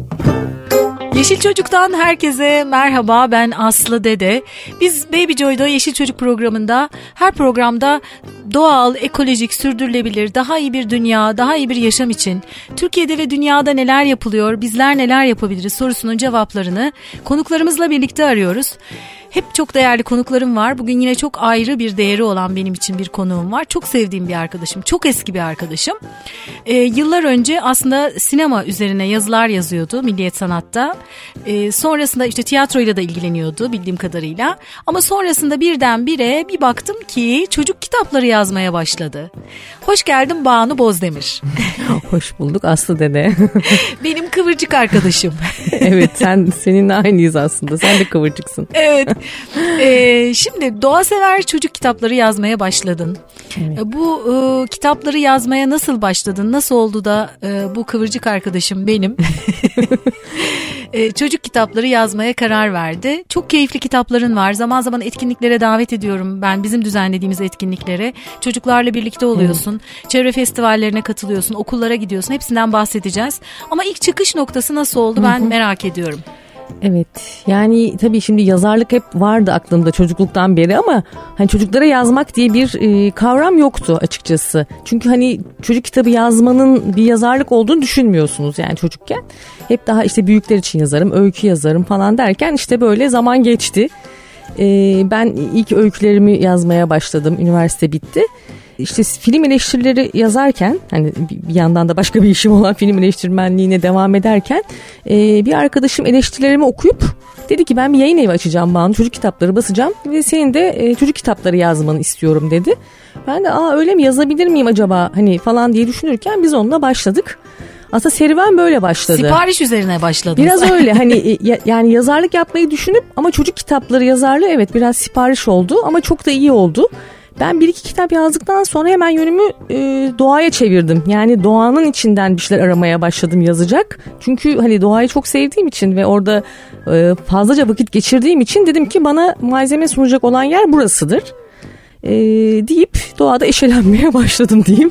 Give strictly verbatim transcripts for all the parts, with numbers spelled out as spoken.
Yeşil Çocuk'tan herkese merhaba, ben Aslı Dede. Biz Baby Joy'da Yeşil Çocuk programında her programda doğal, ekolojik, sürdürülebilir, daha iyi bir dünya, daha iyi bir yaşam için Türkiye'de ve dünyada neler yapılıyor, bizler neler yapabiliriz sorusunun cevaplarını konuklarımızla birlikte arıyoruz. Hep çok değerli konuklarım var. Bugün yine çok ayrı bir değeri olan benim için bir konuğum var. Çok sevdiğim bir arkadaşım, çok eski bir arkadaşım. Ee, yıllar önce aslında sinema üzerine yazılar yazıyordu Milliyet Sanat'ta. Ee, sonrasında işte tiyatroyla da ilgileniyordu bildiğim kadarıyla. Ama sonrasında birdenbire bir baktım ki çocuk kitapları yazmaya başladı. Hoş geldin Banu Bozdemir. Hoş bulduk Aslı Dede. Benim kıvırcık arkadaşım. Evet, sen seninle aynıyız aslında. Sen de kıvırcıksın. Evet. Ee, şimdi doğa sever çocuk kitapları yazmaya başladın. Evet. Bu e, kitapları yazmaya nasıl başladın? Nasıl oldu da e, bu kıvırcık arkadaşım benim e, çocuk kitapları yazmaya karar verdi? Çok keyifli kitapların var. Zaman zaman etkinliklere davet ediyorum ben, bizim düzenlediğimiz etkinliklere. Çocuklarla birlikte oluyorsun. Evet. Çevre festivallerine katılıyorsun. Okullara gidiyorsun. Hepsinden bahsedeceğiz. Ama ilk çıkış noktası nasıl oldu ben Hı-hı. merak ediyorum. Evet, yani tabii şimdi yazarlık hep vardı aklımda çocukluktan beri ama hani çocuklara yazmak diye bir e, kavram yoktu açıkçası. Çünkü hani çocuk kitabı yazmanın bir yazarlık olduğunu düşünmüyorsunuz yani çocukken. Hep daha işte büyükler için yazarım, öykü yazarım falan derken işte böyle zaman geçti. E, ben ilk öykülerimi yazmaya başladım, üniversite bitti. İşte film eleştirileri yazarken, hani bir yandan da başka bir işim olan film eleştirmenliğine devam ederken e, bir arkadaşım eleştirilerimi okuyup dedi ki ben bir yayın evi açacağım Banu, çocuk kitapları basacağım ve senin de e, çocuk kitapları yazmanı istiyorum dedi. Ben de aa öyle mi, yazabilir miyim acaba hani falan diye düşünürken biz onunla başladık. Aslında serüven böyle başladı. Sipariş üzerine başladı. Biraz öyle hani ya, yani yazarlık yapmayı düşünüp ama çocuk kitapları yazarlığı evet biraz sipariş oldu ama çok da iyi oldu. Ben bir iki kitap yazdıktan sonra hemen yönümü e, doğaya çevirdim. Yani doğanın içinden bir şeyler aramaya başladım yazacak. Çünkü hani doğayı çok sevdiğim için ve orada e, fazlaca vakit geçirdiğim için dedim ki bana malzeme sunacak olan yer burasıdır. E, deyip doğada eşelenmeye başladım diyeyim.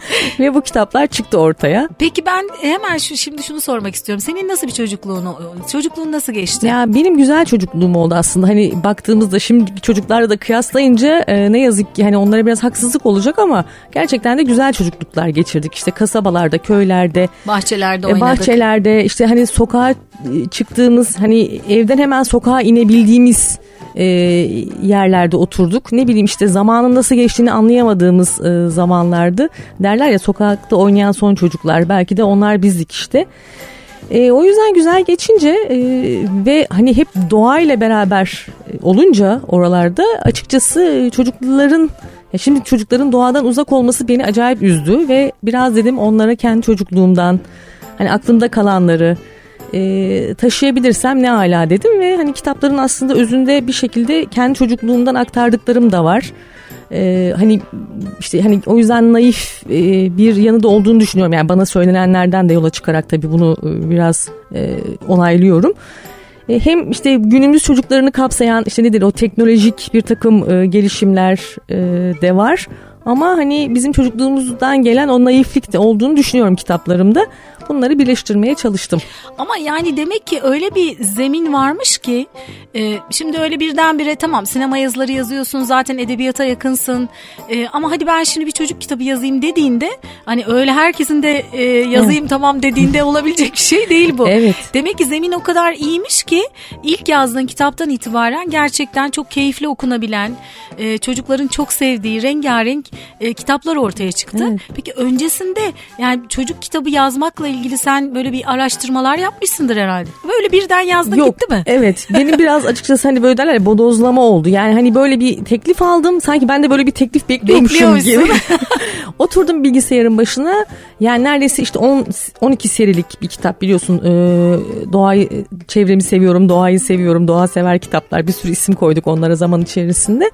Ve bu kitaplar çıktı ortaya. Peki ben hemen şu şimdi şunu sormak istiyorum. Senin nasıl bir çocukluğun, çocukluğun nasıl geçti? Ya benim güzel çocukluğum oldu aslında. Hani baktığımızda şimdiki çocuklarla da kıyaslayınca e, ne yazık ki hani onlara biraz haksızlık olacak ama gerçekten de güzel çocukluklar geçirdik. İşte kasabalarda, köylerde, bahçelerde e, oynadık. Bahçelerde işte hani sokağa çıktığımız, hani evden hemen sokağa inebildiğimiz E, yerlerde oturduk. Ne bileyim işte zamanın nasıl geçtiğini anlayamadığımız e, zamanlardı. Derler ya, sokakta oynayan son çocuklar, belki de onlar bizdik işte. E, o yüzden güzel geçince e, ve hani hep doğayla beraber olunca oralarda açıkçası çocukların, ya şimdi çocukların doğadan uzak olması beni acayip üzdü ve biraz dedim onlara kendi çocukluğumdan hani aklımda kalanları E, taşıyabilirsem ne ala dedim ve hani kitapların aslında özünde bir şekilde kendi çocukluğumdan aktardıklarım da var. E, hani işte hani o yüzden naif e, bir yanı da olduğunu düşünüyorum. Yani bana söylenenlerden de yola çıkarak tabii bunu e, biraz e, onaylıyorum. E, hem işte günümüz çocuklarını kapsayan işte nedir o teknolojik bir takım e, gelişimler e, de var. Ama hani bizim çocukluğumuzdan gelen o naiflik de olduğunu düşünüyorum kitaplarımda. Bunları birleştirmeye çalıştım. Ama yani demek ki öyle bir zemin varmış ki e, şimdi öyle birdenbire tamam sinema yazıları yazıyorsun, zaten edebiyata yakınsın e, ama hadi ben şimdi bir çocuk kitabı yazayım dediğinde hani öyle herkesin de e, yazayım evet. tamam dediğinde olabilecek bir şey değil bu. Evet. Demek ki zemin o kadar iyiymiş ki ilk yazdığın kitaptan itibaren gerçekten çok keyifli okunabilen, e, çocukların çok sevdiği rengarenk e, kitaplar ortaya çıktı. Evet. Peki öncesinde yani çocuk kitabı yazmakla ilgili sen böyle bir araştırmalar yapmışsındır herhalde. Böyle birden yazdın Yok, gitti mi? Evet. Benim biraz açıkçası hani böyle derler ya, bodozlama oldu. Yani hani böyle bir teklif aldım. Sanki ben de böyle bir teklif bekliyormuşum gibi. Oturdum bilgisayarın başına. Yani neredeyse işte on on iki serilik bir kitap biliyorsun. Ee, doğayı, çevremi seviyorum, doğayı seviyorum, doğa sever kitaplar. Bir sürü isim koyduk onlara zaman içerisinde.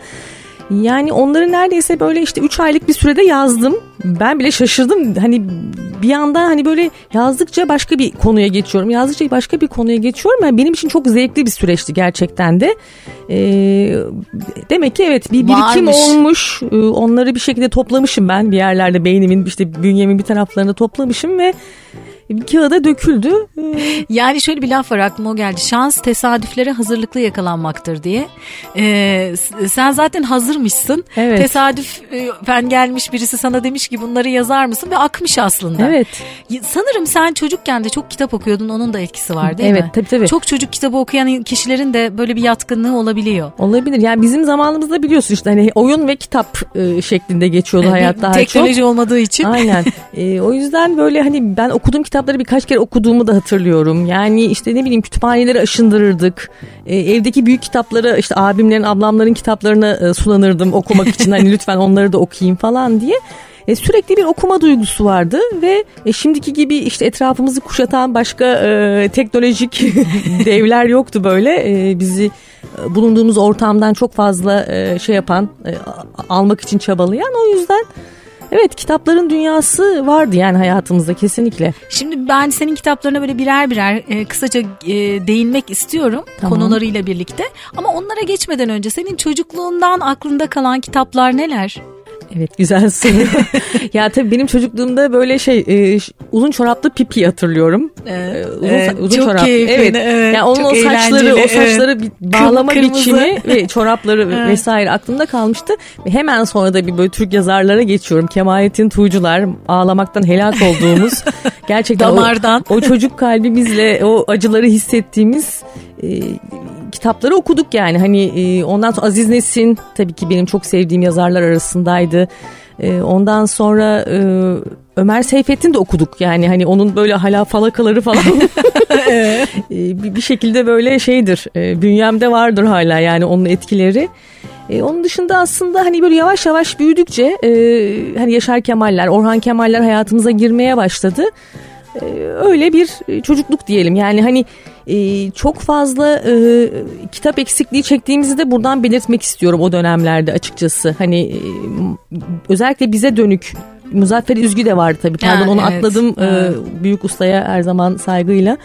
Yani onları neredeyse böyle işte üç aylık bir sürede yazdım. Ben bile şaşırdım. Hani bir yandan hani böyle yazdıkça başka bir konuya geçiyorum. Yazdıkça başka bir konuya geçiyorum. Yani benim için çok zevkli bir süreçti gerçekten de. Ee, demek ki evet bir birikim Varmış. olmuş. Ee, onları bir şekilde toplamışım ben bir yerlerde. Beynimin işte bünyemin bir taraflarında toplamışım ve bir kağıda döküldü. Yani şöyle bir laf var, aklıma o geldi. Şans tesadüflere hazırlıklı yakalanmaktır diye. Ee, sen zaten hazırmışsın. Evet. Tesadüfen gelmiş birisi sana demiş ki bunları yazar mısın ve akmış aslında. Evet. Sanırım sen çocukken de çok kitap okuyordun, onun da etkisi var değil evet, mi? Evet tabii tabii. Çok çocuk kitabı okuyan kişilerin de böyle bir yatkınlığı olabiliyor. Olabilir. Yani bizim zamanımızda biliyorsun işte hani oyun ve kitap e, şeklinde geçiyordu evet, hayat daha teknoloji çok. Teknoloji olmadığı için. Aynen. E, o yüzden böyle hani ben okuduğum kitapları birkaç kere okuduğumu da hatırlıyorum. Yani işte ne bileyim kütüphaneleri aşındırırdık. E, evdeki büyük kitapları işte abimlerin, ablamların kitaplarını e, sulanırdım okumak için. Hani lütfen onları da okuyayım falan diye. E, sürekli bir okuma duygusu vardı ve e, şimdiki gibi işte etrafımızı kuşatan başka e, teknolojik devler yoktu böyle. E, bizi e, bulunduğumuz ortamdan çok fazla e, şey yapan, e, almak için çabalayan. O yüzden evet, kitapların dünyası vardı yani hayatımızda kesinlikle. Şimdi ben senin kitaplarına böyle birer birer e, kısaca e, değinmek istiyorum, tamam, konularıyla birlikte. Ama onlara geçmeden önce senin çocukluğundan aklında kalan kitaplar neler? Evet, güzel soru. Ya tabii benim çocukluğumda böyle şey e, uzun çoraplı Pipi hatırlıyorum. Evet, uzun, evet, uzun çok çorap. Keyifli, evet. evet. Yani onun çok o saçları, o saçları evet. bağlama Kırmızı. biçimi ve çorapları evet. vesaire aklımda kalmıştı. Ve hemen sonra da bir böyle Türk yazarlara geçiyorum. Kemalettin Tuğcular, ağlamaktan helak olduğumuz gerçekten damardan o, o çocuk kalbimizle o acıları hissettiğimiz e, kitapları okuduk yani. Hani e, ondan sonra Aziz Nesin tabii ki benim çok sevdiğim yazarlar arasındaydı. E, ondan sonra e, Ömer Seyfettin de okuduk yani, hani onun böyle hala falakaları falan e, bir, bir şekilde böyle şeydir, e, bünyemde vardır hala yani onun etkileri. E, onun dışında aslında hani böyle yavaş yavaş büyüdükçe e, hani Yaşar Kemaller, Orhan Kemaller hayatımıza girmeye başladı. E, öyle bir çocukluk diyelim yani. Hani e, çok fazla e, kitap eksikliği çektiğimizi de buradan belirtmek istiyorum o dönemlerde açıkçası. Hani e, özellikle bize dönük Muzaffer Üzgü de vardı tabii. Pardon, onu evet. atladım. Evet. E, büyük ustaya her zaman saygıyla.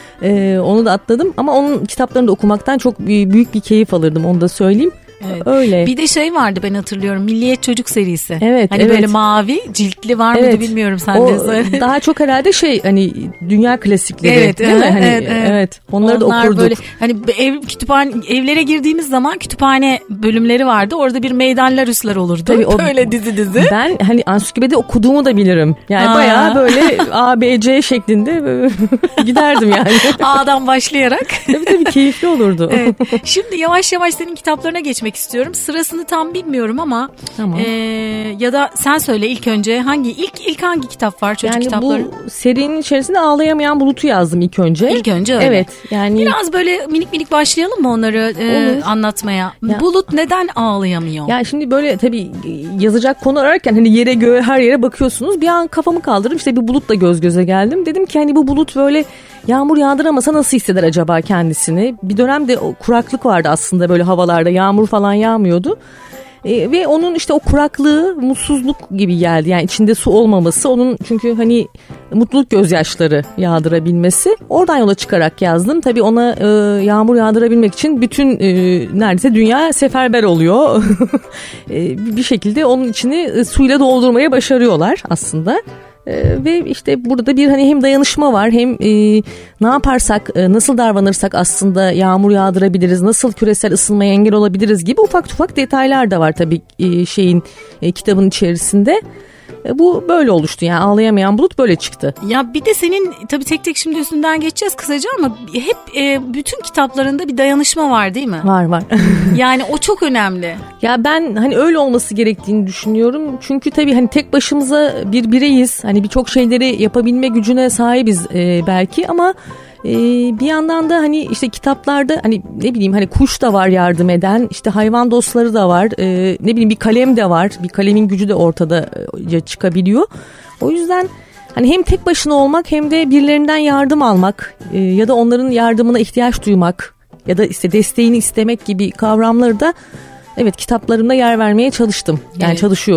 E, onu da atladım ama onun kitaplarını da okumaktan çok büyük bir keyif alırdım, onu da söyleyeyim. Evet. Öyle. Bir de şey vardı, ben hatırlıyorum, Milliyet Çocuk serisi. Evet. Hani evet. böyle mavi ciltli var mıydı, evet. bilmiyorum, sen o, de söyle. Daha çok herhalde şey hani dünya klasikleri. Evet, değil evet, mi? Hani, evet, evet. evet. Onları Onlar da okurduk. Böyle, hani ev kütüphane evlere girdiğimiz zaman kütüphane bölümleri vardı. Orada bir meydanlarüsler olurdu. Tabii o, böyle dizi dizi. Ben hani ansiklopedi okuduğumu da bilirim. Yani Aa. bayağı böyle A B C şeklinde giderdim yani. A'dan başlayarak. Tabii tabii, keyifli olurdu. Evet. Şimdi yavaş yavaş senin kitaplarına geçmek istiyorum. Sırasını tam bilmiyorum ama tamam. e, ya da sen söyle ilk önce, hangi ilk ilk hangi kitap var çocuk yani kitapları? Yani bu serinin içerisinde Ağlayamayan Bulut'u yazdım ilk önce. İlk önce öyle. Evet. Yani biraz böyle minik minik başlayalım mı onları e, anlatmaya? Ya. Bulut neden ağlayamıyor? Ya şimdi böyle tabii yazacak konu ararken hani yere göğe her yere bakıyorsunuz. Bir an kafamı kaldırdım, işte bir bulutla göz göze geldim. Dedim ki hani bu bulut böyle yağmur yağdıramasa nasıl hisseder acaba kendisini? Bir dönemde o kuraklık vardı aslında, böyle havalarda yağmur falan yağmıyordu. E, ve onun işte o kuraklığı mutsuzluk gibi geldi. Yani içinde su olmaması, onun çünkü hani mutluluk gözyaşları yağdırabilmesi. Oradan yola çıkarak yazdım. Tabii ona e, yağmur yağdırabilmek için bütün e, neredeyse dünya seferber oluyor. e, bir şekilde onun içini e, suyla doldurmaya başarıyorlar aslında. Ee, ve işte burada bir hani hem dayanışma var, hem e, ne yaparsak, e, nasıl davranırsak aslında yağmur yağdırabiliriz, nasıl küresel ısınmaya engel olabiliriz gibi ufak ufak detaylar da var tabii e, şeyin e, kitabın içerisinde. E, bu böyle oluştu yani, Ağlayamayan Bulut böyle çıktı. Ya bir de senin tabii tek tek şimdi üstünden geçeceğiz kısaca ama hep e, bütün kitaplarında bir dayanışma var değil mi? Var var. Yani o çok önemli. Ya ben hani öyle olması gerektiğini düşünüyorum. Çünkü tabii hani tek başımıza bir bireyiz. Hani birçok şeyleri yapabilme gücüne sahibiz e, belki ama Ee, bir yandan da hani işte kitaplarda hani ne bileyim hani kuş da var yardım eden, işte hayvan dostları da var, ee, ne bileyim bir kalem de var, bir kalemin gücü de ortada e, çıkabiliyor. O yüzden hani hem tek başına olmak hem de birilerinden yardım almak e, ya da onların yardımına ihtiyaç duymak ya da işte desteğini istemek gibi kavramları da evet kitaplarımda yer vermeye çalıştım yani, evet. çalışıyorum.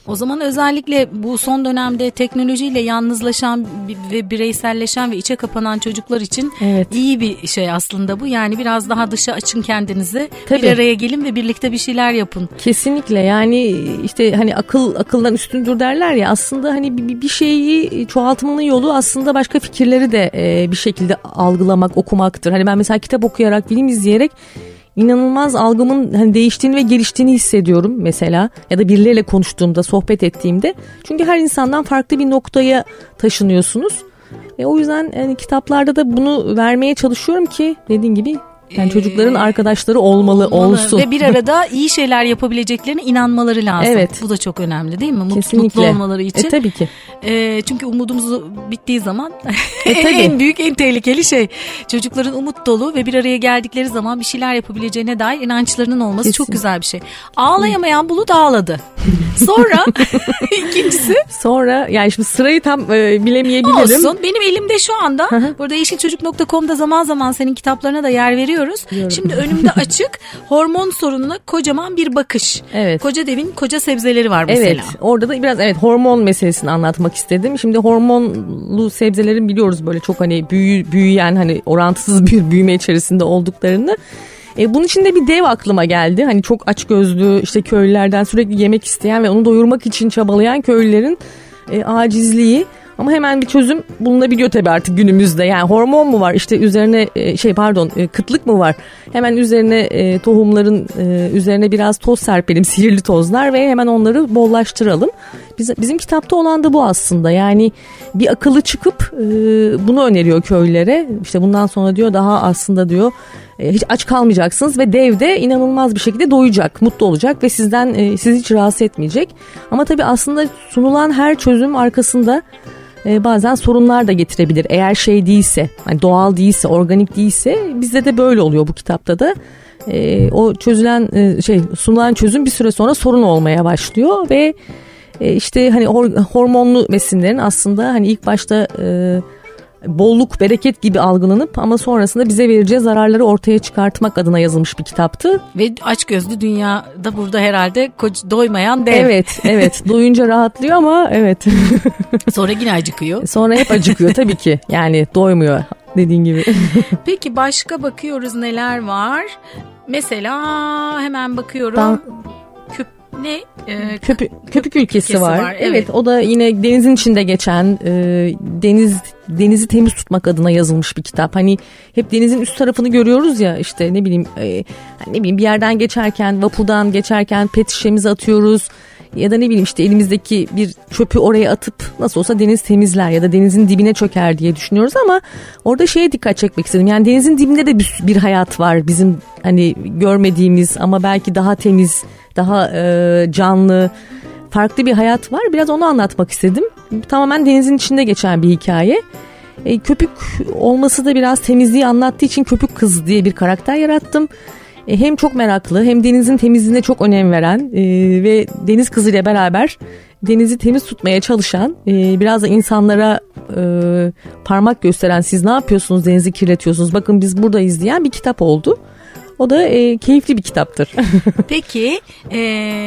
O zaman özellikle bu son dönemde teknolojiyle yalnızlaşan ve bireyselleşen ve içe kapanan çocuklar için evet. iyi bir şey aslında bu. Yani biraz daha dışa açın kendinizi. Tabii. Bir araya gelin ve birlikte bir şeyler yapın. Kesinlikle, yani işte hani akıl akıldan üstündür derler ya, aslında hani bir, bir şeyi çoğaltmanın yolu aslında başka fikirleri de e, bir şekilde algılamak, okumaktır. Hani ben mesela kitap okuyarak, film izleyerek İnanılmaz algımın hani değiştiğini ve geliştiğini hissediyorum mesela, ya da birileriyle konuştuğumda, sohbet ettiğimde. Çünkü her insandan farklı bir noktaya taşınıyorsunuz. E, o yüzden yani kitaplarda da bunu vermeye çalışıyorum ki dediğin gibi yani çocukların arkadaşları olmalı, olmalı, olsun. Ve bir arada iyi şeyler yapabileceklerine inanmaları lazım. Evet. Bu da çok önemli değil mi? Kesinlikle. Mutlu olmaları için. E, tabii ki. E, çünkü umudumuz bittiği zaman e, en büyük, en tehlikeli şey. Çocukların umut dolu ve bir araya geldikleri zaman bir şeyler yapabileceğine dair inançlarının olması Kesin. çok güzel bir şey. Ağlayamayan bulut ağladı. Sonra ikincisi. Sonra yani şimdi sırayı tam e, bilemeyebilirim. Olsun. Benim elimde şu anda burada yeşil çocuk nokta com'da zaman zaman senin kitaplarına da yer veriyoruz. Biliyorum. Şimdi önümde açık hormon sorununa kocaman bir bakış. Evet. Koca devin koca sebzeleri var mesela. Evet. Orada da biraz evet hormon meselesini anlatmak istedim. Şimdi hormonlu sebzelerin biliyoruz böyle çok hani büyü, büyüyen, hani orantısız bir büyüme içerisinde olduklarını. E, bunun için de bir dev aklıma geldi. Hani çok açgözlü işte köylülerden sürekli yemek isteyen ve onu doyurmak için çabalayan köylülerin e, acizliği. Ama hemen bir çözüm bulunabiliyor tabii artık günümüzde. Yani hormon mu var, işte üzerine şey pardon kıtlık mı var? Hemen üzerine e, tohumların e, üzerine biraz toz serpelim, sihirli tozlar ve hemen onları bollaştıralım. Biz, bizim kitapta olan da bu aslında. Yani bir akıllı çıkıp e, bunu öneriyor köylülere. İşte bundan sonra diyor daha aslında diyor e, hiç aç kalmayacaksınız ve dev de inanılmaz bir şekilde doyacak, mutlu olacak ve sizden e, sizi hiç rahatsız etmeyecek. Ama tabii aslında sunulan her çözüm arkasında Ee, bazen sorunlar da getirebilir. Eğer şey değilse, yani doğal değilse, organik değilse, bizde de böyle oluyor bu kitapta da. Ee, o çözülen e, şey sunulan çözüm bir süre sonra sorun olmaya başlıyor ve e, işte hani hor- hormonlu besinlerin aslında hani ilk başta e, bolluk, bereket gibi algılanıp ama sonrasında bize vereceği zararları ortaya çıkartmak adına yazılmış bir kitaptı. Ve açgözlü dünyada burada herhalde koç doymayan dev. Evet, evet. Doyunca rahatlıyor ama evet. Sonra yine acıkıyor. Sonra hep acıkıyor tabii ki. Yani doymuyor dediğin gibi. Peki başka bakıyoruz neler var? Mesela hemen bakıyorum. Ben... Küp ne? Ee, Köpü, köpük ülkesi, ülkesi var. var. Evet. evet, o da yine denizin içinde geçen e, deniz denizi temiz tutmak adına yazılmış bir kitap. Hani hep denizin üst tarafını görüyoruz ya, işte ne bileyim e, ne bileyim bir yerden geçerken, vapurdan geçerken pet şişemizi atıyoruz. Ya da ne bileyim işte elimizdeki bir çöpü oraya atıp nasıl olsa deniz temizler ya da denizin dibine çöker diye düşünüyoruz ama orada şeye dikkat çekmek istedim. Yani denizin dibinde de bir, bir hayat var bizim hani görmediğimiz ama belki daha temiz, daha e, canlı, farklı bir hayat var. Biraz onu anlatmak istedim. Tamamen denizin içinde geçen bir hikaye. E, köpük olması da biraz temizliği anlattığı için Köpük Kız diye bir karakter yarattım. E, hem çok meraklı, hem denizin temizliğine çok önem veren e, ve deniz kızıyla beraber denizi temiz tutmaya çalışan, e, biraz da insanlara e, parmak gösteren, siz ne yapıyorsunuz, denizi kirletiyorsunuz, bakın biz buradayız diyen bir kitap oldu. O da e, keyifli bir kitaptır. Peki e,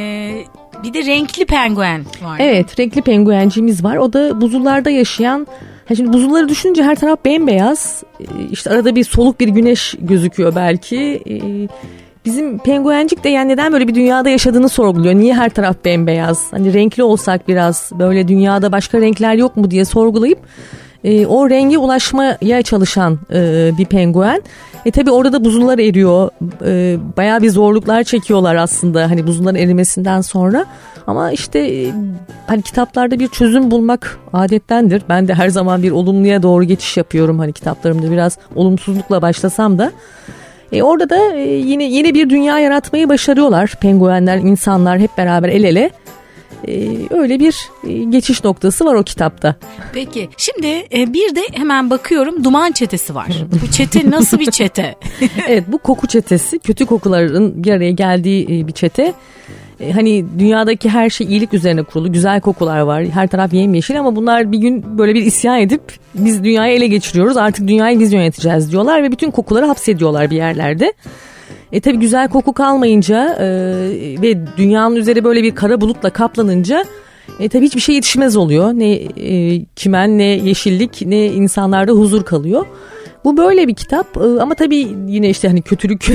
bir de renkli penguen var. Evet, renkli penguenciğimiz var. O da buzullarda yaşayan. Şimdi buzulları düşününce her taraf bembeyaz. İşte arada bir soluk bir güneş gözüküyor belki. Bizim penguencik de yani neden böyle bir dünyada yaşadığını sorguluyor. Niye her taraf bembeyaz? Hani renkli olsak biraz, böyle dünyada başka renkler yok mu diye sorgulayıp e, o renge ulaşmaya çalışan e, bir penguen. E tabii orada da buzullar eriyor. E, bayağı bir zorluklar çekiyorlar aslında hani buzulların erimesinden sonra. Ama işte e, hani kitaplarda bir çözüm bulmak adettendir. Ben de her zaman bir olumluya doğru geçiş yapıyorum. Hani kitaplarımda biraz olumsuzlukla başlasam da. E orada da e, yine yeni bir dünya yaratmayı başarıyorlar. Penguenler, insanlar hep beraber el ele. Ee, öyle bir e, geçiş noktası var o kitapta. Peki şimdi e, bir de hemen bakıyorum duman çetesi var. Bu çete nasıl bir çete? Evet, bu koku çetesi, kötü kokuların bir araya geldiği e, bir çete. E, hani dünyadaki her şey iyilik üzerine kurulu, güzel kokular var, her taraf yemyeşil ama bunlar bir gün böyle bir isyan edip biz dünyayı ele geçiriyoruz, artık dünyayı biz yöneteceğiz diyorlar ve bütün kokuları hapsediyorlar bir yerlerde. E tabi güzel koku kalmayınca e, ve dünyanın üzeri böyle bir kara bulutla kaplanınca E, tabii hiçbir şey yetişmez oluyor. Ne e, çimen, ne yeşillik, ne insanlarda huzur kalıyor. Bu böyle bir kitap ama tabii yine işte hani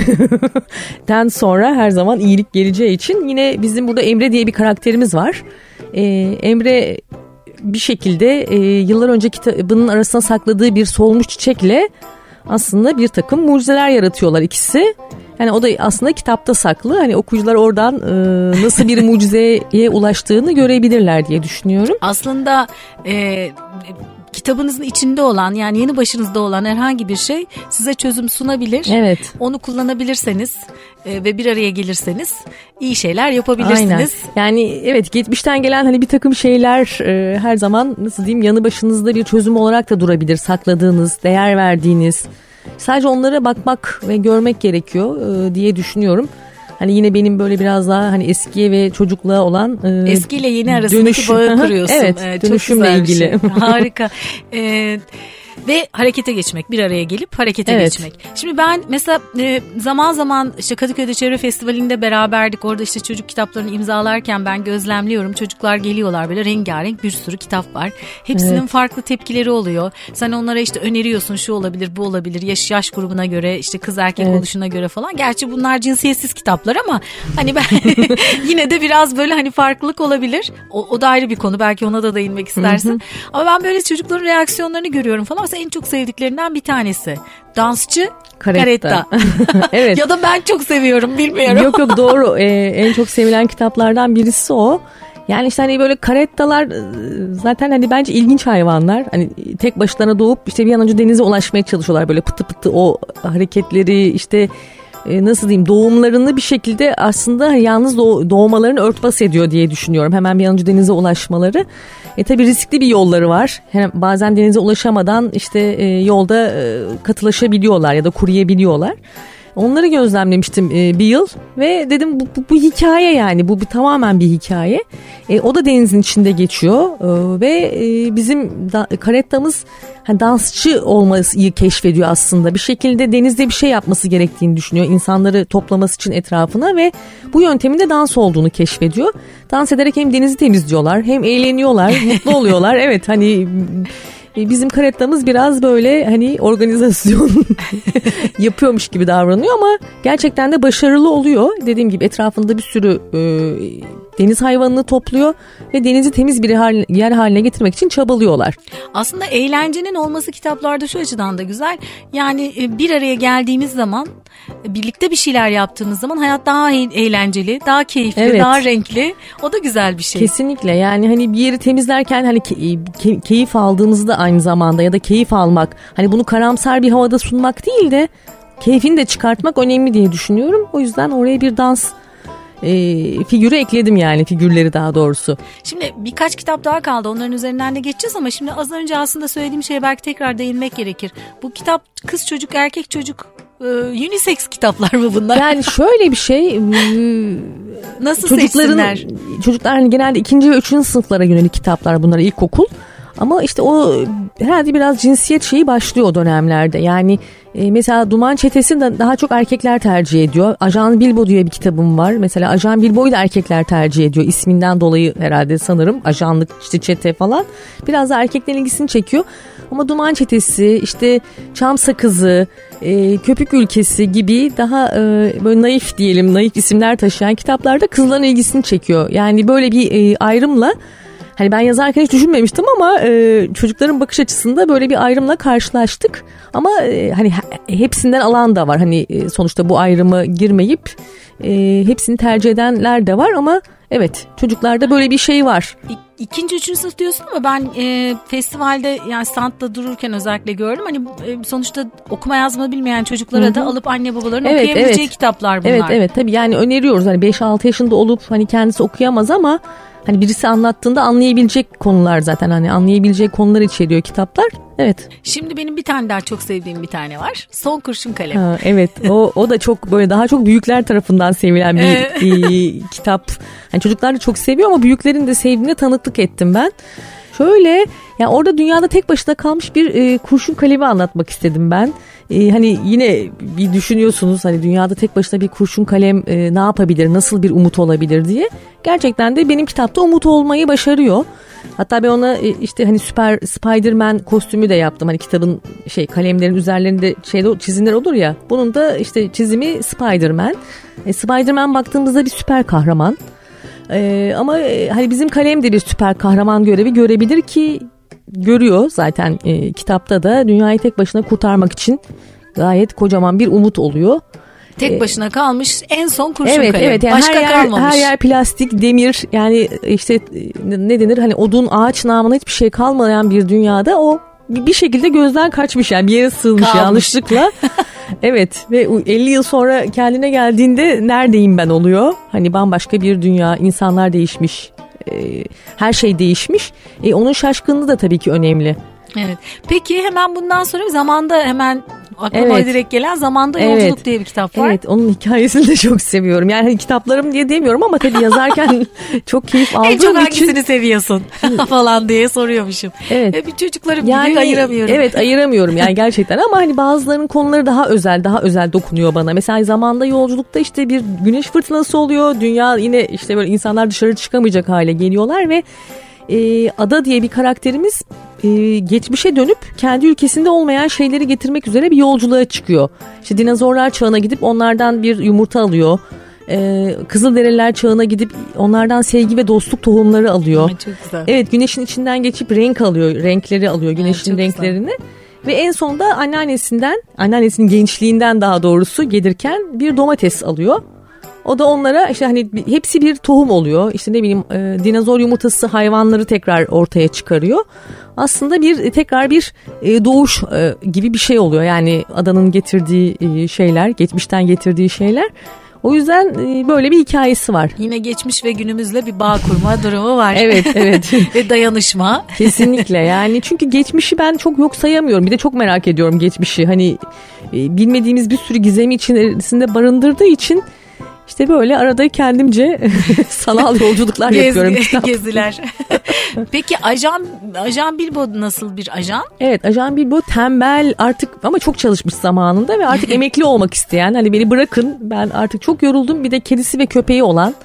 kötülükten sonra her zaman iyilik geleceği için yine bizim burada Emre diye bir karakterimiz var. Ee, Emre bir şekilde e, yıllar önce kitabının arasına sakladığı bir solmuş çiçekle aslında bir takım mucizeler yaratıyorlar ikisi. Yani o da aslında kitapta saklı. Hani okuyucular oradan e, nasıl bir mucizeye ulaştığını görebilirler diye düşünüyorum. Aslında e, kitabınızın içinde olan, yani yeni başınızda olan herhangi bir şey size çözüm sunabilir. Evet. Onu kullanabilirseniz e, ve bir araya gelirseniz iyi şeyler yapabilirsiniz. Aynen. Yani evet, geçmişten gelen hani bir takım şeyler e, her zaman nasıl diyeyim yanı başınızda bir çözüm olarak da durabilir. Sakladığınız, değer verdiğiniz. Sadece onlara bakmak ve görmek gerekiyor e, diye düşünüyorum. Hani yine benim böyle biraz daha hani eskiye ve çocukluğa olan e, eskiyle yeni arasındaki dönüş, bağı kuruyorsun. Evet, ee, dönüşümle ilgili. Şey. Harika. Ee, ve harekete geçmek, bir araya gelip harekete evet. geçmek. Şimdi ben mesela e, zaman zaman işte Kadıköy'de Çevre Festivali'nde beraberdik. Orada işte çocuk kitaplarını imzalarken ben gözlemliyorum. Çocuklar geliyorlar, böyle rengarenk bir sürü kitap var. Hepsinin evet. farklı tepkileri oluyor. Sen onlara işte öneriyorsun, şu olabilir, bu olabilir. Yaş yaş grubuna göre, işte kız erkek evet. oluşuna göre falan. Gerçi bunlar cinsiyetsiz kitaplar ama hani ben yine de biraz böyle hani farklılık olabilir. O, o da ayrı bir konu. Belki ona da değinmek istersin. Hı hı. Ama ben böyle çocukların reaksiyonlarını görüyorum falan. Mesela en çok sevdiklerinden bir tanesi dansçı Karetta. Evet. Ya da ben çok seviyorum, bilmiyorum. Yok yok doğru. Ee, en çok sevilen kitaplardan birisi o. Yani işte hani böyle karettalar zaten hani bence ilginç hayvanlar. Hani tek başlarına doğup işte bir an önce denize ulaşmaya çalışıyorlar. Böyle pıtı pıtı o hareketleri, işte e, nasıl diyeyim, doğumlarını bir şekilde aslında yalnız doğ- doğmalarını örtbas ediyor diye düşünüyorum. Hemen bir an önce denize ulaşmaları. E tabii riskli bir yolları var. Hem bazen denize ulaşamadan işte e, yolda e, katılaşabiliyorlar ya da kuruyabiliyorlar. Onları gözlemlemiştim e, bir yıl ve dedim bu, bu, bu hikaye, yani bu bir, tamamen bir hikaye. E, o da denizin içinde geçiyor e, ve e, bizim da, karettamız hani dansçı olmayı keşfediyor aslında. Bir şekilde denizde bir şey yapması gerektiğini düşünüyor, insanları toplaması için etrafına, ve bu yöntemin de dans olduğunu keşfediyor. Dans ederek hem denizi temizliyorlar, hem eğleniyorlar, mutlu oluyorlar. Evet, hani bizim karettamız biraz böyle hani organizasyon yapıyormuş gibi davranıyor ama gerçekten de başarılı oluyor. Dediğim gibi etrafında bir sürü e, deniz hayvanını topluyor ve denizi temiz bir hal, yer haline getirmek için çabalıyorlar. Aslında eğlencenin olması kitaplarda şu açıdan da güzel. Yani bir araya geldiğimiz zaman, birlikte bir şeyler yaptığınız zaman hayat daha eğlenceli, daha keyifli, evet. daha renkli. O da güzel bir şey. Kesinlikle. Yani hani bir yeri temizlerken hani key- keyif aldığımızda aynı zamanda, ya da keyif almak, hani bunu karamsar bir havada sunmak değil de keyfini de çıkartmak önemli diye düşünüyorum. O yüzden oraya bir dans e, figürü ekledim, yani figürleri daha doğrusu. Şimdi birkaç kitap daha kaldı, onların üzerinden de geçeceğiz ama şimdi az önce aslında söylediğim şeye belki tekrar değinmek gerekir. Bu kitap kız çocuk, erkek çocuk, unisex kitaplar mı bunlar? Yani şöyle bir şey, nasıl çocukların, seçsinler? Çocuklar hani genelde ikinci ve üçüncü sınıflara yönelik kitaplar bunlar, ilkokul. Ama işte o herhalde biraz cinsiyet şeyi başlıyor o dönemlerde. Yani e, mesela Duman Çetesi'ni de daha çok erkekler tercih ediyor. Ajan Bilbo diye bir kitabım var. Mesela Ajan Bilbo'yu da erkekler tercih ediyor. İsminden dolayı herhalde sanırım. Ajanlık, işte çete falan. Biraz da erkeklerin ilgisini çekiyor. Ama Duman Çetesi, işte Çam Sakızı, e, Köpük Ülkesi gibi daha e, böyle naif diyelim, naif isimler taşıyan kitaplarda kızların ilgisini çekiyor. Yani böyle bir e, ayrımla, hani ben yazarken hiç düşünmemiştim ama e, çocukların bakış açısında böyle bir ayrımla karşılaştık. Ama e, hani hepsinden alan da var. Hani e, sonuçta bu ayrımı girmeyip e, hepsini tercih edenler de var ama evet, çocuklarda böyle bir şey var. İkinci, üçüncü sınıf diyorsun ama ben e, festivalde, yani standta dururken özellikle gördüm. Hani e, sonuçta okuma yazma bilmeyen çocuklara Hı-hı. da alıp anne babaların evet, okuyabileceği evet. kitaplar bunlar. Evet evet tabii, yani öneriyoruz. Hani beş altı yaşında olup hani kendisi okuyamaz ama hani birisi anlattığında anlayabilecek konular, zaten hani anlayabileceği konular içeriyor kitaplar. Evet. Şimdi benim bir tane daha çok sevdiğim bir tane var. Son Kurşun Kalem. Ha, evet. O o da çok böyle daha çok büyükler tarafından sevilen bir e, kitap. Hani çocuklar da çok seviyor ama büyüklerin de sevdiğine tanıklık ettim ben. Şöyle, yani orada dünyada tek başına kalmış bir e, kurşun kalemi anlatmak istedim ben. E, hani yine bir düşünüyorsunuz, hani dünyada tek başına bir kurşun kalem e, ne yapabilir, nasıl bir umut olabilir diye. Gerçekten de benim kitapta umut olmayı başarıyor. Hatta ben ona e, işte hani süper Spider-Man kostümü de yaptım. Hani kitabın şey kalemlerin üzerlerinde şeyde çizimler olur ya. Bunun da işte çizimi Spider-Man. E, Spider-Man baktığımızda bir süper kahraman. Ee, ama e, hani bizim kalem de bir süper kahraman görevi görebilir ki görüyor zaten e, kitapta da dünyayı tek başına kurtarmak için gayet kocaman bir umut oluyor. Tek başına kalmış en son kurşun evet, kalem. Evet, yani başka her yer, kalmamış. Her yer plastik, demir, yani işte ne denir, hani odun, ağaç namına hiçbir şey kalmayan bir dünyada o bir şekilde gözden kaçmış, yani bir yere sığınmış kalmış. Yanlışlıkla. Evet, ve elli yıl sonra kendine geldiğinde neredeyim ben oluyor. Hani bambaşka bir dünya, insanlar değişmiş, e, her şey değişmiş. E, onun şaşkınlığı da tabii ki önemli. Evet. Peki hemen bundan sonra zamanda hemen aklıma evet. direkt gelen Zamanda evet. Yolculuk diye bir kitap var. Evet, onun hikayesini de çok seviyorum. Yani hani kitaplarım diye demiyorum ama tabii yazarken çok keyif aldığım için. En çok hangisini seviyorsun falan diye soruyormuşum. Evet. Ve bir çocuklarım yani, gibi ayıramıyorum. Evet, ayıramıyorum yani gerçekten, ama hani bazılarının konuları daha özel, daha özel dokunuyor bana. Mesela Zamanda Yolculukta işte bir güneş fırtınası oluyor. Dünya yine işte böyle, insanlar dışarı çıkamayacak hale geliyorlar ve e, Ada diye bir karakterimiz e, geçmişe dönüp kendi ülkesinde olmayan şeyleri getirmek üzere bir yolculuğa çıkıyor. İşte dinozorlar çağına gidip onlardan bir yumurta alıyor. Ee, Kızılderililer çağına gidip onlardan sevgi ve dostluk tohumları alıyor. Ay, çok güzel. Evet, güneşin içinden geçip renk alıyor, renkleri alıyor, güneşin evet, renklerini. Güzel. Ve en sonunda anneannesinden, anneannesinin gençliğinden daha doğrusu gelirken bir domates alıyor. O da onlara işte hani hepsi bir tohum oluyor. İşte ne bileyim e, dinozor yumurtası hayvanları tekrar ortaya çıkarıyor. Aslında bir tekrar bir e, doğuş e, gibi bir şey oluyor. Yani adanın getirdiği e, şeyler, geçmişten getirdiği şeyler. O yüzden e, böyle bir hikayesi var. Yine geçmiş ve günümüzle bir bağ kurma durumu var. Evet, evet. Ve dayanışma. Kesinlikle, yani çünkü geçmişi ben çok yok sayamıyorum. Bir de çok merak ediyorum geçmişi. Hani e, bilmediğimiz bir sürü gizemi içerisinde barındırdığı için İşte böyle arada kendimce sanal yolculuklar Gez, yapıyorum. Geziler. Peki Ajan Ajan Bilbo nasıl bir ajan? Evet, Ajan Bilbo tembel artık ama çok çalışmış zamanında ve artık emekli olmak isteyen, hani beni bırakın ben artık çok yoruldum, bir de kedisi ve köpeği olan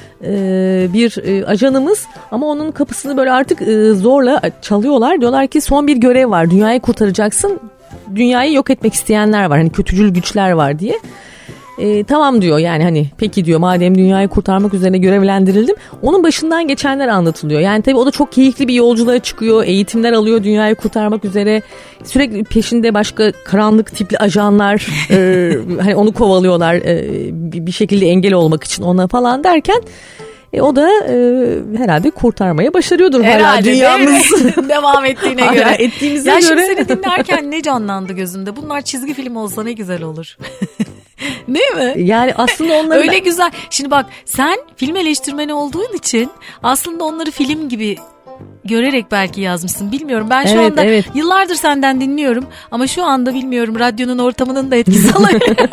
e, bir e, ajanımız, ama onun kapısını böyle artık e, zorla çalıyorlar. Diyorlar ki son bir görev var, dünyayı kurtaracaksın, dünyayı yok etmek isteyenler var, hani kötücül güçler var diye. E, tamam diyor, yani hani peki diyor, madem dünyayı kurtarmak üzerine görevlendirildim. Onun başından geçenler anlatılıyor. Yani tabii o da çok keyifli bir yolculuğa çıkıyor, eğitimler alıyor dünyayı kurtarmak üzere. Sürekli peşinde başka karanlık tipli ajanlar e, hani onu kovalıyorlar e, bir şekilde engel olmak için ona falan derken. E, o da e, herhalde kurtarmaya başarıyordur hala dünyamız. Devam ettiğine hala göre. ettiğimize ya göre. Ya şimdi seni dinlerken ne canlandı gözümde? Bunlar çizgi film olsa ne güzel olur. Değil mi? Yani aslında onları... Öyle güzel. Şimdi bak, sen film eleştirmeni olduğun için aslında onları film gibi görerek belki yazmışsın. Bilmiyorum. Ben şu evet, anda evet. yıllardır senden dinliyorum ama şu anda bilmiyorum, radyonun ortamının da etkisi olabilir.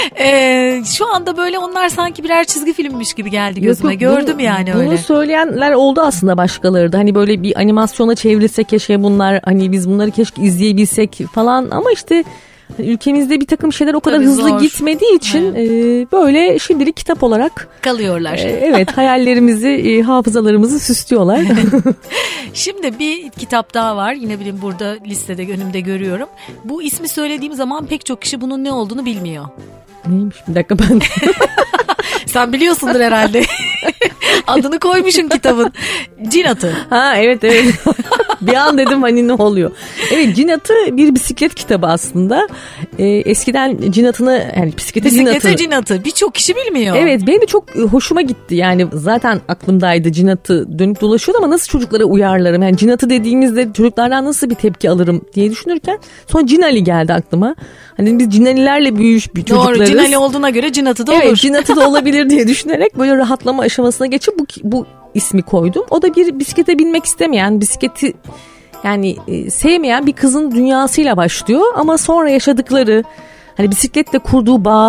ee, şu anda böyle onlar sanki birer çizgi filmmiş gibi geldi gözüme. Yok, yok, Gördüm bunu, yani öyle. Bunu söyleyenler oldu aslında başkaları da. Hani böyle bir animasyona çevrilse keşke bunlar, hani biz bunları keşke izleyebilsek falan, ama işte ülkemizde bir takım şeyler o kadar Tabii hızlı zor. gitmediği için evet. e, böyle şimdilik kitap olarak kalıyorlar. E, evet, hayallerimizi, e, hafızalarımızı süslüyorlar. Şimdi bir kitap daha var. Yine benim burada listede önümde görüyorum. Bu ismi söylediğim zaman pek çok kişi bunun ne olduğunu bilmiyor. Neymiş? Bir dakika ben... Sen biliyorsundur herhalde. Adını koymuşsun kitabın. Cin Atı. Ha evet evet. Bir an dedim hani ne oluyor. Evet, Cin Atı bir bisiklet kitabı aslında. Ee, eskiden Cin Atı'nı, yani bisiklete Cin Atı. Bisiklete Cin Atı. Birçok kişi bilmiyor. Evet, benim de çok hoşuma gitti. Yani zaten aklımdaydı Cin Atı dönüp dolaşıyordu, ama nasıl çocuklara uyarlarım? Yani Cin Atı dediğimizde çocuklardan nasıl bir tepki alırım diye düşünürken sonra Cin Ali geldi aklıma. Hani biz Cin Ali'lerle büyümüş bir çocuklarız. Doğru, Cin Ali olduğuna göre Cin Atı da olur. Evet, Cin Atı da olabilir diye düşünerek böyle rahatlama aşamasına geçip bu, bu ismi koydum. O da bir bisiklete binmek istemeyen, bisikleti yani e, sevmeyen bir kızın dünyasıyla başlıyor, ama sonra yaşadıkları, hani bisikletle kurduğu bağ,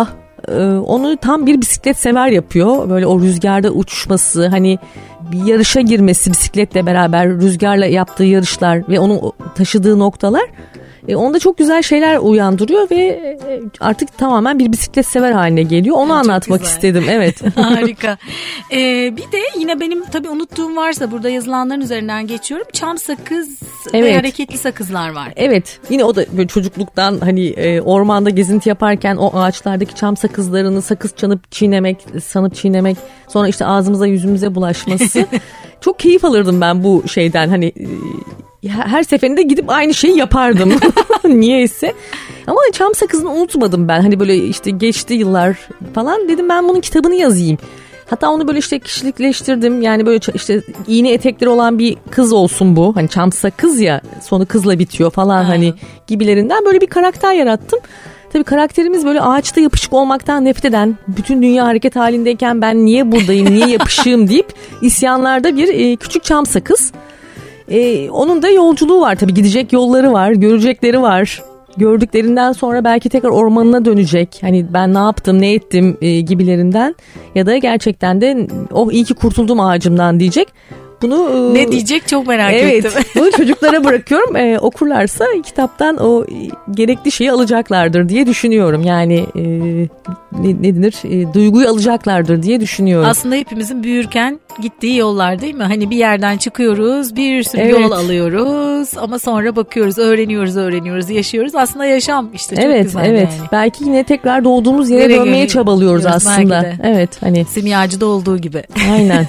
onu tam bir bisiklet sever yapıyor. Böyle o rüzgarda uçuşması, hani bir yarışa girmesi bisikletle beraber, rüzgarla yaptığı yarışlar ve onun taşıdığı noktalar E, onda çok güzel şeyler uyandırıyor ve artık tamamen bir bisiklet sever haline geliyor. Onu çok anlatmak güzel. istedim. Evet. Harika. Ee, bir de yine benim tabii unuttuğum varsa burada yazılanların üzerinden geçiyorum. Çam sakız evet. ve hareketli sakızlar var. Evet. Yine o da böyle çocukluktan hani e, ormanda gezinti yaparken o ağaçlardaki çam sakızlarını sakız çanıp çiğnemek, sanıp çiğnemek, sonra işte ağzımıza yüzümüze bulaşması. Çok keyif alırdım ben bu şeyden, hani e, her seferinde gidip aynı şeyi yapardım. Niyeyse. Ama çam sakızını unutmadım ben. Hani böyle işte geçti yıllar falan, dedim ben bunun kitabını yazayım. Hatta onu böyle işte kişilikleştirdim. Yani böyle işte iğne etekleri olan bir kız olsun bu. Hani çam sakız ya, sonu kızla bitiyor falan, hani gibilerinden böyle bir karakter yarattım. Tabii karakterimiz böyle ağaçta yapışık olmaktan nefret eden, bütün dünya hareket halindeyken ben niye buradayım, niye yapışığım deyip isyanlarda bir e, küçük çam sakız. E, onun da yolculuğu var tabii, gidecek yolları var, görecekleri var. Gördüklerinden sonra belki tekrar ormanına dönecek. Hani ben ne yaptım, ne ettim e, gibilerinden. Ya da gerçekten de oh iyi ki kurtuldum ağacımdan diyecek. Bunu ne diyecek çok merak evet, ettim. Evet, bunu çocuklara bırakıyorum. Ee, okurlarsa kitaptan o gerekli şeyi alacaklardır diye düşünüyorum. Yani e, ne, ne denir? E, duyguyu alacaklardır diye düşünüyorum. Aslında hepimizin büyürken gittiği yollar değil mi? Hani bir yerden çıkıyoruz, bir sürü evet. yol alıyoruz ama sonra bakıyoruz, öğreniyoruz, öğreniyoruz, yaşıyoruz. Aslında yaşam işte çok evet, güzel. Evet, evet. Yani. Belki yine tekrar doğduğumuz yere Nereye dönmeye çabalıyoruz aslında. Evet, hani. Simyacıda olduğu gibi. Aynen.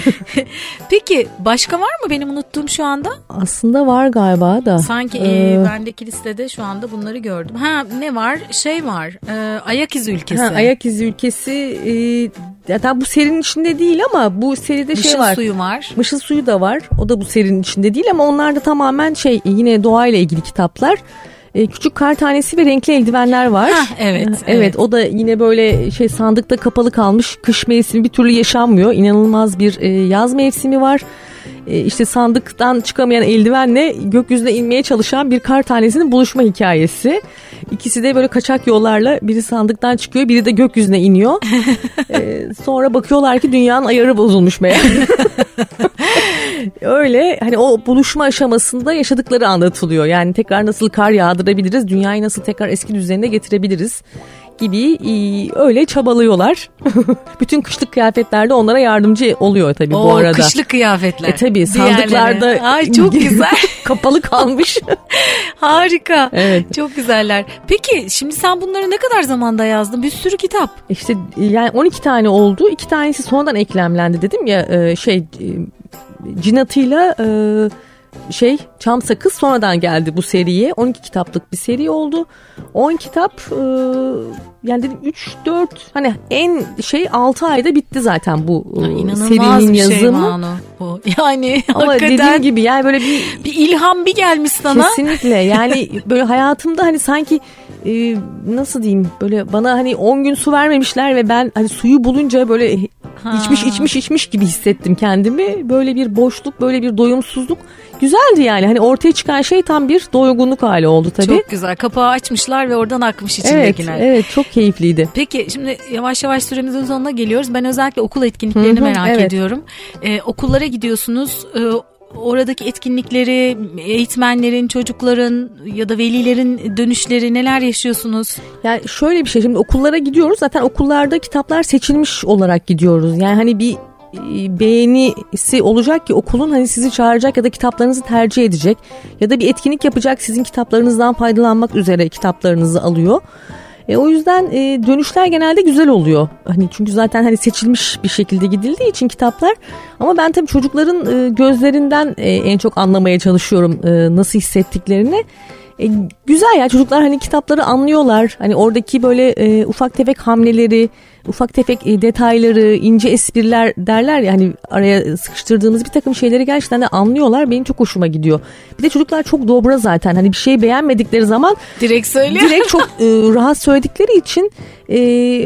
Peki başka var mı benim unuttuğum şu anda? Aslında var galiba da. Sanki ee... e, bendeki listede şu anda bunları gördüm. Ha ne var? Şey var. E, Ayak İzi Ülkesi. Ha, Ayak İzi Ülkesi. E, hatta bu serinin içinde değil ama bu seride Mışıl şey var. Mışıl Suyu var. Mışıl Suyu da var. O da bu serinin içinde değil ama onlar da tamamen şey, yine doğayla ilgili kitaplar. Ee, küçük kar tanesi ve renkli eldivenler var. Hah, evet, evet. Evet, o da yine böyle şey, sandıkta kapalı kalmış, kış mevsimi bir türlü yaşanmıyor. İnanılmaz bir e, yaz mevsimi var. E, işte sandıktan çıkamayan eldivenle gökyüzüne inmeye çalışan bir kar tanesinin buluşma hikayesi. İkisi de böyle kaçak yollarla, biri sandıktan çıkıyor, biri de gökyüzüne iniyor. e, sonra bakıyorlar ki dünyanın ayarı bozulmuş meğer. Öyle hani o buluşma aşamasında yaşadıkları anlatılıyor. Yani tekrar nasıl kar yağdırabiliriz, dünyayı nasıl tekrar eski düzenine getirebiliriz gibi öyle çabalıyorlar. Bütün kışlık kıyafetlerde onlara yardımcı oluyor tabii Oo, bu arada. Kışlık kıyafetler. E tabii sandıklarda Ay çok güzel. kapalı kalmış. Harika. Evet. Çok güzeller. Peki şimdi sen bunları ne kadar zamanda yazdın? Bir sürü kitap. İşte yani on iki tane oldu. iki tanesi sonradan eklemlendi dedim ya, şey Cinat'ıyla şey Çam Sakız sonradan geldi bu seriye. on iki kitaplık bir seri oldu. on kitap yani dedim üç dört, hani en şey altı ayda bitti zaten bu ya, serinin yazımı. Şey yani ama hakikaten dediğim gibi yani böyle bir bir ilham bir gelmiş sana. Kesinlikle yani böyle hayatımda hani sanki e, nasıl diyeyim, böyle bana hani on gün su vermemişler ve ben hani suyu bulunca böyle ha. içmiş içmiş içmiş gibi hissettim kendimi. Böyle bir boşluk, böyle bir doyumsuzluk. Güzeldi yani, hani ortaya çıkan şey tam bir doygunluk hali oldu tabii. Çok güzel, kapağı açmışlar ve oradan akmış içindekiler. Evet, evet, çok keyifliydi. Peki şimdi yavaş yavaş süremizin sonuna geliyoruz. Ben özellikle okul etkinliklerini Hı-hı, merak evet. ediyorum. Ee, okullara gidiyorsunuz. Ee, oradaki etkinlikleri, eğitmenlerin, çocukların ya da velilerin dönüşleri, neler yaşıyorsunuz? Yani şöyle bir şey, şimdi okullara gidiyoruz. Zaten okullarda kitaplar seçilmiş olarak gidiyoruz. Yani hani bir beğenisi olacak ki okulun, hani sizi çağıracak ya da kitaplarınızı tercih edecek ya da bir etkinlik yapacak, sizin kitaplarınızdan faydalanmak üzere kitaplarınızı alıyor. E, o yüzden e, dönüşler genelde güzel oluyor. Hani çünkü zaten hani seçilmiş bir şekilde gidildiği için kitaplar. Ama ben tabii çocukların e, gözlerinden e, en çok anlamaya çalışıyorum e, nasıl hissettiklerini. E, güzel ya, çocuklar hani kitapları anlıyorlar. Hani oradaki böyle e, ufak tefek hamleleri, ufak tefek e, detayları, ince espriler derler ya, hani araya sıkıştırdığımız bir takım şeyleri gerçekten de anlıyorlar. Benim çok hoşuma gidiyor. Bir de çocuklar çok dobra zaten. Hani bir şey beğenmedikleri zaman direkt söylüyor. Direkt çok e, rahat söyledikleri için e,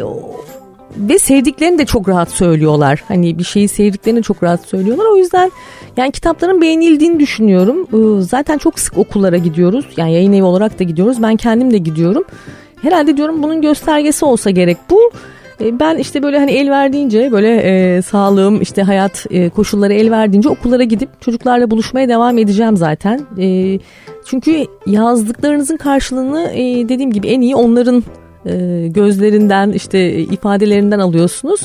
ve sevdiklerini de çok rahat söylüyorlar. Hani bir şeyi sevdiklerini çok rahat söylüyorlar. O yüzden yani kitapların beğenildiğini düşünüyorum. Zaten çok sık okullara gidiyoruz. Yani yayın evi olarak da gidiyoruz. Ben kendim de gidiyorum. herhalde diyorum bunun göstergesi olsa gerek bu. Ben işte böyle hani el verdiğince böyle e, sağlığım işte hayat e, koşulları el verdiğince okullara gidip çocuklarla buluşmaya devam edeceğim zaten. E, çünkü yazdıklarınızın karşılığını e, dediğim gibi en iyi onların e, gözlerinden işte ifadelerinden alıyorsunuz.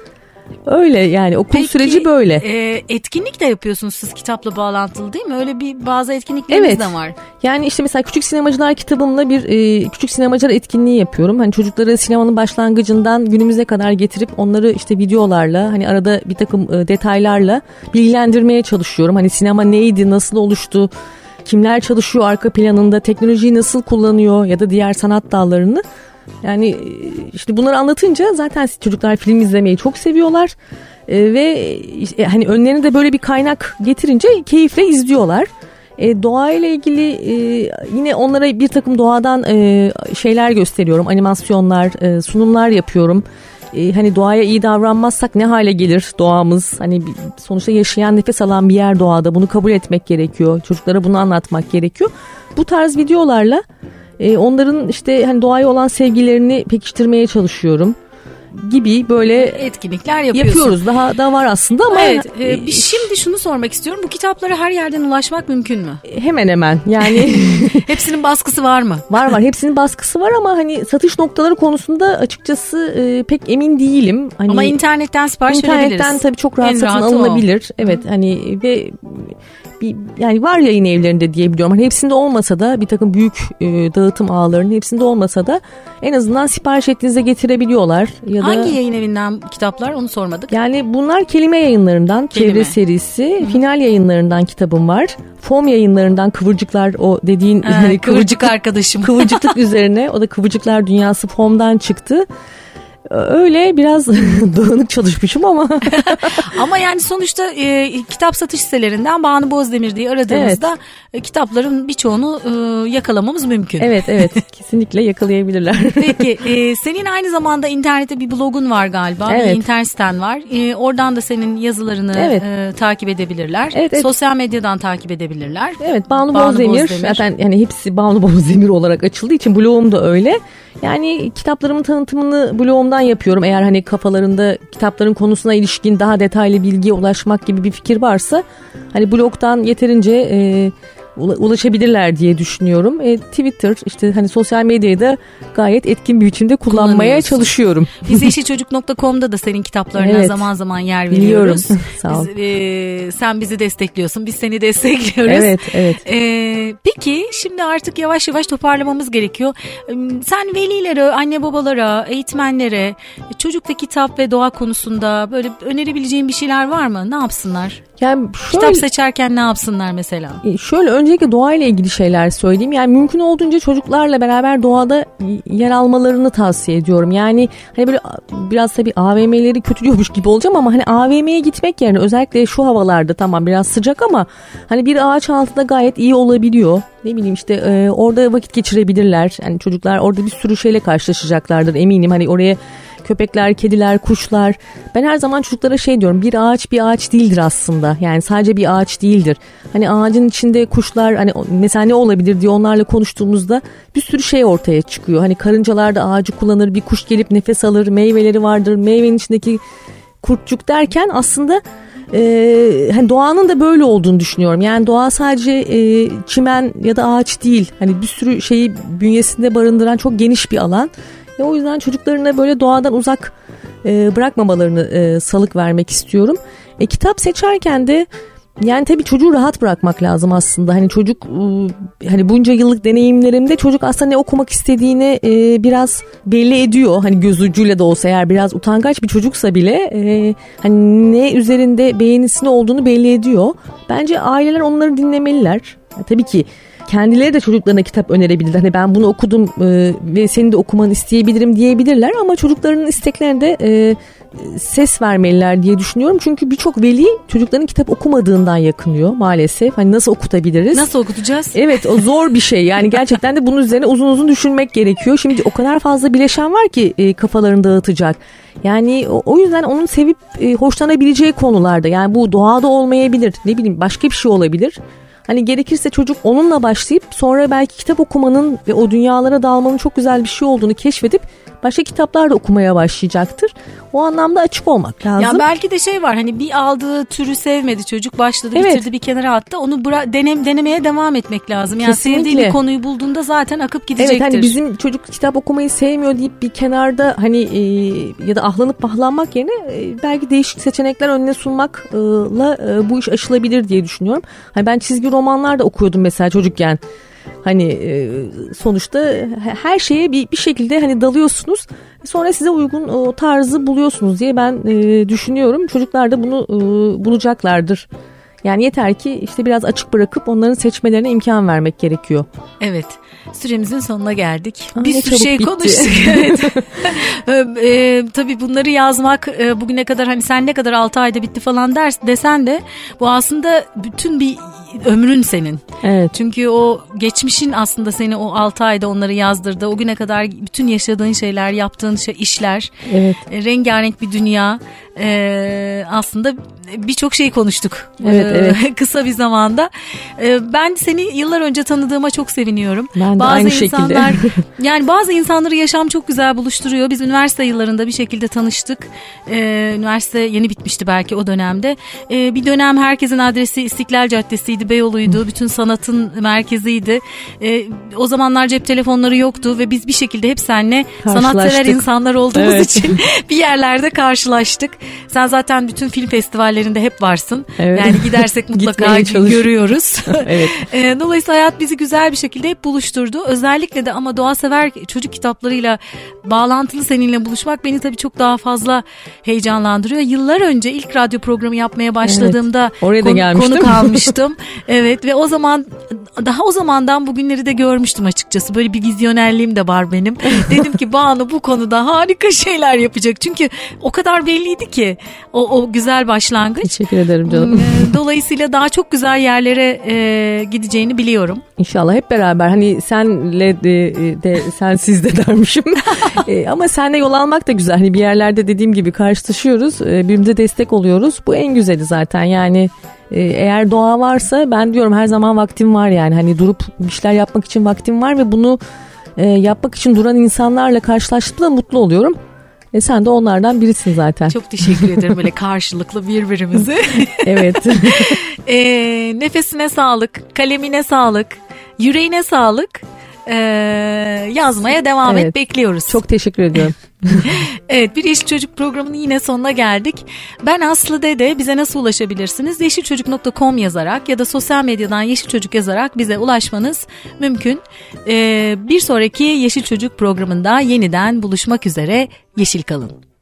Öyle yani okul Peki, süreci böyle. E, etkinlik de yapıyorsunuz siz kitapla bağlantılı değil mi? Öyle bir bazı etkinlikleriniz evet. de var. Yani işte mesela Küçük Sinemacılar kitabımla bir e, Küçük Sinemacılar etkinliği yapıyorum. Hani çocukları sinemanın başlangıcından günümüze kadar getirip onları işte videolarla hani arada bir takım e, detaylarla bilgilendirmeye çalışıyorum. Hani sinema neydi, nasıl oluştu, kimler çalışıyor arka planında, teknolojiyi nasıl kullanıyor ya da diğer sanat dallarını. Yani işte bunları anlatınca zaten çocuklar film izlemeyi çok seviyorlar ee, ve işte, hani önlerine de böyle bir kaynak getirince keyifle izliyorlar. E, doğayla ilgili e, yine onlara bir takım doğadan e, şeyler gösteriyorum, animasyonlar, e, sunumlar yapıyorum. E, hani doğaya iyi davranmazsak ne hale gelir doğamız? Hani sonuçta yaşayan, nefes alan bir yer doğada, bunu kabul etmek gerekiyor. Çocuklara bunu anlatmak gerekiyor. Bu tarz videolarla Ee, onların işte hani doğaya olan sevgilerini pekiştirmeye çalışıyorum gibi böyle etkinlikler yapıyorsun. Yapıyoruz. Daha da var aslında ama evet. E, şimdi şunu sormak istiyorum. Bu kitaplara her yerden ulaşmak mümkün mü? Hemen hemen. Yani hepsinin baskısı var mı? Var var. Hepsinin baskısı var ama hani satış noktaları konusunda açıkçası e, pek emin değilim. Hani ama internetten sipariş internetten verebiliriz. İnternetten tabii çok rahat en satın alınabilir. O. Evet. Hı. Hani ve bir, yani var yayın evlerinde diyebiliyorum. Hani hepsinde olmasa da bir takım büyük e, dağıtım ağlarının hepsinde olmasa da en azından sipariş ettiğinizde getirebiliyorlar. Ya da, hangi yayın evinden kitaplar onu sormadık. Yani bunlar kelime yayınlarından kelime. Çevre serisi, Hı. final yayınlarından kitabım var. Fom yayınlarından Kıvırcıklar o dediğin ee, hani kıvırcık arkadaşım. Kıvırcıklık üzerine o da Kıvırcıklar Dünyası Fom'dan çıktı. Öyle biraz dağınık çalışmışım ama. Ama yani sonuçta e, kitap satış sitelerinden Banu Bozdemir diye aradığımızda evet. e, kitapların birçoğunu e, yakalamamız mümkün. Evet evet kesinlikle yakalayabilirler. Peki e, senin aynı zamanda internette bir blogun var galiba. Evet. Bir internet siten var. E, oradan da senin yazılarını evet. e, takip edebilirler. Evet, evet. Sosyal medyadan takip edebilirler. Evet Banu, Banu Bozdemir. Bozdemir. Zaten yani hepsi Banu Bozdemir olarak açıldığı için blogum da öyle. Yani kitaplarımın tanıtımını blogumdan yapıyorum. Eğer hani kafalarında kitapların konusuna ilişkin daha detaylı bilgiye ulaşmak gibi bir fikir varsa hani blogdan yeterince e, ulaşabilirler diye düşünüyorum. E, Twitter işte hani sosyal medyayı da gayet etkin bir biçimde kullanmaya çalışıyorum. Biz yeşil çocuk nokta com'da da senin kitaplarına evet. zaman zaman yer veriyoruz. Biliyorum. Sağ ol. Biz, e, sen bizi destekliyorsun, biz seni destekliyoruz. Evet, evet. E, peki şimdi artık yavaş yavaş toparlamamız gerekiyor. E, sen velilere, anne babalara, eğitmenlere çocuk ve kitap ve doğa konusunda böyle önerebileceğin bir şeyler var mı? Ne yapsınlar? Yani şöyle, kitap seçerken ne yapsınlar mesela? Şöyle öncelikle doğayla ilgili şeyler söyleyeyim. Yani mümkün olduğunca çocuklarla beraber doğada yer almalarını tavsiye ediyorum. Yani hani böyle biraz tabii A V M'leri kötülüyormuş gibi olacağım ama hani A V M'ye gitmek yerine özellikle şu havalarda tamam biraz sıcak ama hani bir ağaç altında gayet iyi olabiliyor. Ne bileyim işte e, orada vakit geçirebilirler. Yani çocuklar orada bir sürü şeyle karşılaşacaklardır eminim. Hani oraya köpekler, kediler, kuşlar. Ben her zaman çocuklara şey diyorum. Bir ağaç bir ağaç değildir aslında. Yani sadece bir ağaç değildir. Hani ağacın içinde kuşlar hani mesela ne olabilir diye onlarla konuştuğumuzda bir sürü şey ortaya çıkıyor. Hani karıncalar da ağacı kullanır. Bir kuş gelip nefes alır. Meyveleri vardır. Meyvenin içindeki kurtçuk derken aslında Ee, hani doğanın da böyle olduğunu düşünüyorum. Yani doğa sadece e, çimen ya da ağaç değil. Hani bir sürü şeyi bünyesinde barındıran çok geniş bir alan. Ve o yüzden çocuklarına böyle doğadan uzak e, bırakmamalarını e, salık vermek istiyorum. E, kitap seçerken de yani tabii çocuğu rahat bırakmak lazım aslında. Hani çocuk hani bunca yıllık deneyimlerimde çocuk aslında ne okumak istediğini e, biraz belli ediyor. Hani göz ucuyla da olsa eğer biraz utangaç bir çocuksa bile e, hani ne üzerinde beğenisinin olduğunu belli ediyor. Bence aileler onları dinlemeliler. Yani tabii ki kendileri de çocuklarına kitap önerebilirler. Hani ben bunu okudum e, ve senin de okumanı isteyebilirim diyebilirler ama çocuklarının isteklerine de e, ses vermeliler diye düşünüyorum. Çünkü birçok veli çocukların kitap okumadığından yakınıyor maalesef. Hani nasıl okutabiliriz? Nasıl okutacağız? Evet, o zor bir şey. Yani gerçekten de bunun üzerine uzun uzun düşünmek gerekiyor. Şimdi o kadar fazla bileşen var ki e, kafalarını dağıtacak. Yani o, o yüzden onun sevip e, hoşlanabileceği konularda. Yani bu doğada olmayabilir. Ne bileyim başka bir şey olabilir. Hani gerekirse çocuk onunla başlayıp sonra belki kitap okumanın ve o dünyalara dalmanın çok güzel bir şey olduğunu keşfedip başka kitaplar da okumaya başlayacaktır. O anlamda açık olmak lazım. Ya belki de şey var, hani bir aldığı türü sevmedi çocuk, başladı evet. bitirdi, bir kenara attı. Onu bıra- denem denemeye devam etmek lazım. Yani kesinlikle. Sevdiği bir konuyu bulduğunda zaten akıp gidecektir. Evet, hani bizim çocuk kitap okumayı sevmiyor deyip bir kenarda hani e, ya da ahlanıp mahlanmak yerine e, belki değişik seçenekler önüne sunmakla e, bu iş aşılabilir diye düşünüyorum. Hani ben çizgi romanlar da okuyordum mesela çocukken. Hani e, sonuçta her şeye bir bir şekilde hani dalıyorsunuz. Sonra size uygun o tarzı buluyorsunuz diye ben e, düşünüyorum. Çocuklar da bunu e, bulacaklardır. Yani yeter ki işte biraz açık bırakıp onların seçmelerine imkan vermek gerekiyor. Evet. Süremizin sonuna geldik. Aa, bir sürü şey bitti. konuştuk. Evet. e, tabii bunları yazmak e, bugüne kadar, hani sen ne kadar altı ayda bitti falan ders desen de bu aslında bütün bir ömrün senin. Evet. Çünkü o geçmişin aslında seni o altı ayda onları yazdırdı. O güne kadar bütün yaşadığın şeyler, yaptığın şey, işler, evet. e, rengarenk bir dünya. E, aslında birçok şey konuştuk. Evet, e, evet. kısa bir zamanda. E, ben seni yıllar önce tanıdığıma çok seviniyorum. Ben de bazı aynı insanlar, şekilde. yani bazı insanları yaşam çok güzel buluşturuyor. Biz üniversite yıllarında bir şekilde tanıştık. E, üniversite yeni bitmişti belki o dönemde. E, bir dönem herkesin adresi İstiklal Caddesi'ydi, Beyoğlu'ydu. Bütün sanatın merkeziydi. E, o zamanlar cep telefonları yoktu ve biz bir şekilde hep seninle sanatsever insanlar olduğumuz evet. için bir yerlerde karşılaştık. Sen zaten bütün film festivallerinde hep varsın. Evet. Yani gidersek mutlaka görüyoruz. Evet. E, dolayısıyla hayat bizi güzel bir şekilde hep buluşturdu. Özellikle de ama doğa sever çocuk kitaplarıyla bağlantılı seninle buluşmak beni tabii çok daha fazla heyecanlandırıyor. Yıllar önce ilk radyo programı yapmaya başladığımda evet. Oraya da konu, gelmiştim. konuk almıştım. Evet, ve o zaman daha o zamandan bugünleri de görmüştüm açıkçası. Böyle bir vizyonerliğim de var benim. Dedim ki Banu bu konuda harika şeyler yapacak. Çünkü o kadar belliydi ki o, o güzel başlangıç. Teşekkür ederim canım. Dolayısıyla daha çok güzel yerlere e, gideceğini biliyorum. İnşallah hep beraber, hani senle de, de sensiz de dermişim. e, ama seninle yol almak da güzel. Hani bir yerlerde dediğim gibi karşılaşıyoruz. E, birbirimize destek oluyoruz. Bu en güzeli zaten. Yani e, eğer doğa varsa ben diyorum her zaman vaktim var yani. Hani durup bir şeyler yapmak için vaktim var ve bunu e, yapmak için duran insanlarla karşılaştığımda mutlu oluyorum. E sen de onlardan birisin zaten. Çok teşekkür ederim böyle karşılıklı birbirimizi. Evet. e, nefesine sağlık, kalemine sağlık, yüreğine sağlık. E, yazmaya devam evet. et, bekliyoruz. Çok teşekkür ediyorum. Evet, bir Yeşil Çocuk programının yine sonuna geldik. Ben Aslı Dede. Bize nasıl ulaşabilirsiniz? yeşil çocuk nokta com yazarak ya da sosyal medyadan Yeşil Çocuk yazarak bize ulaşmanız mümkün. Ee, bir sonraki Yeşil Çocuk programında yeniden buluşmak üzere. Yeşil kalın.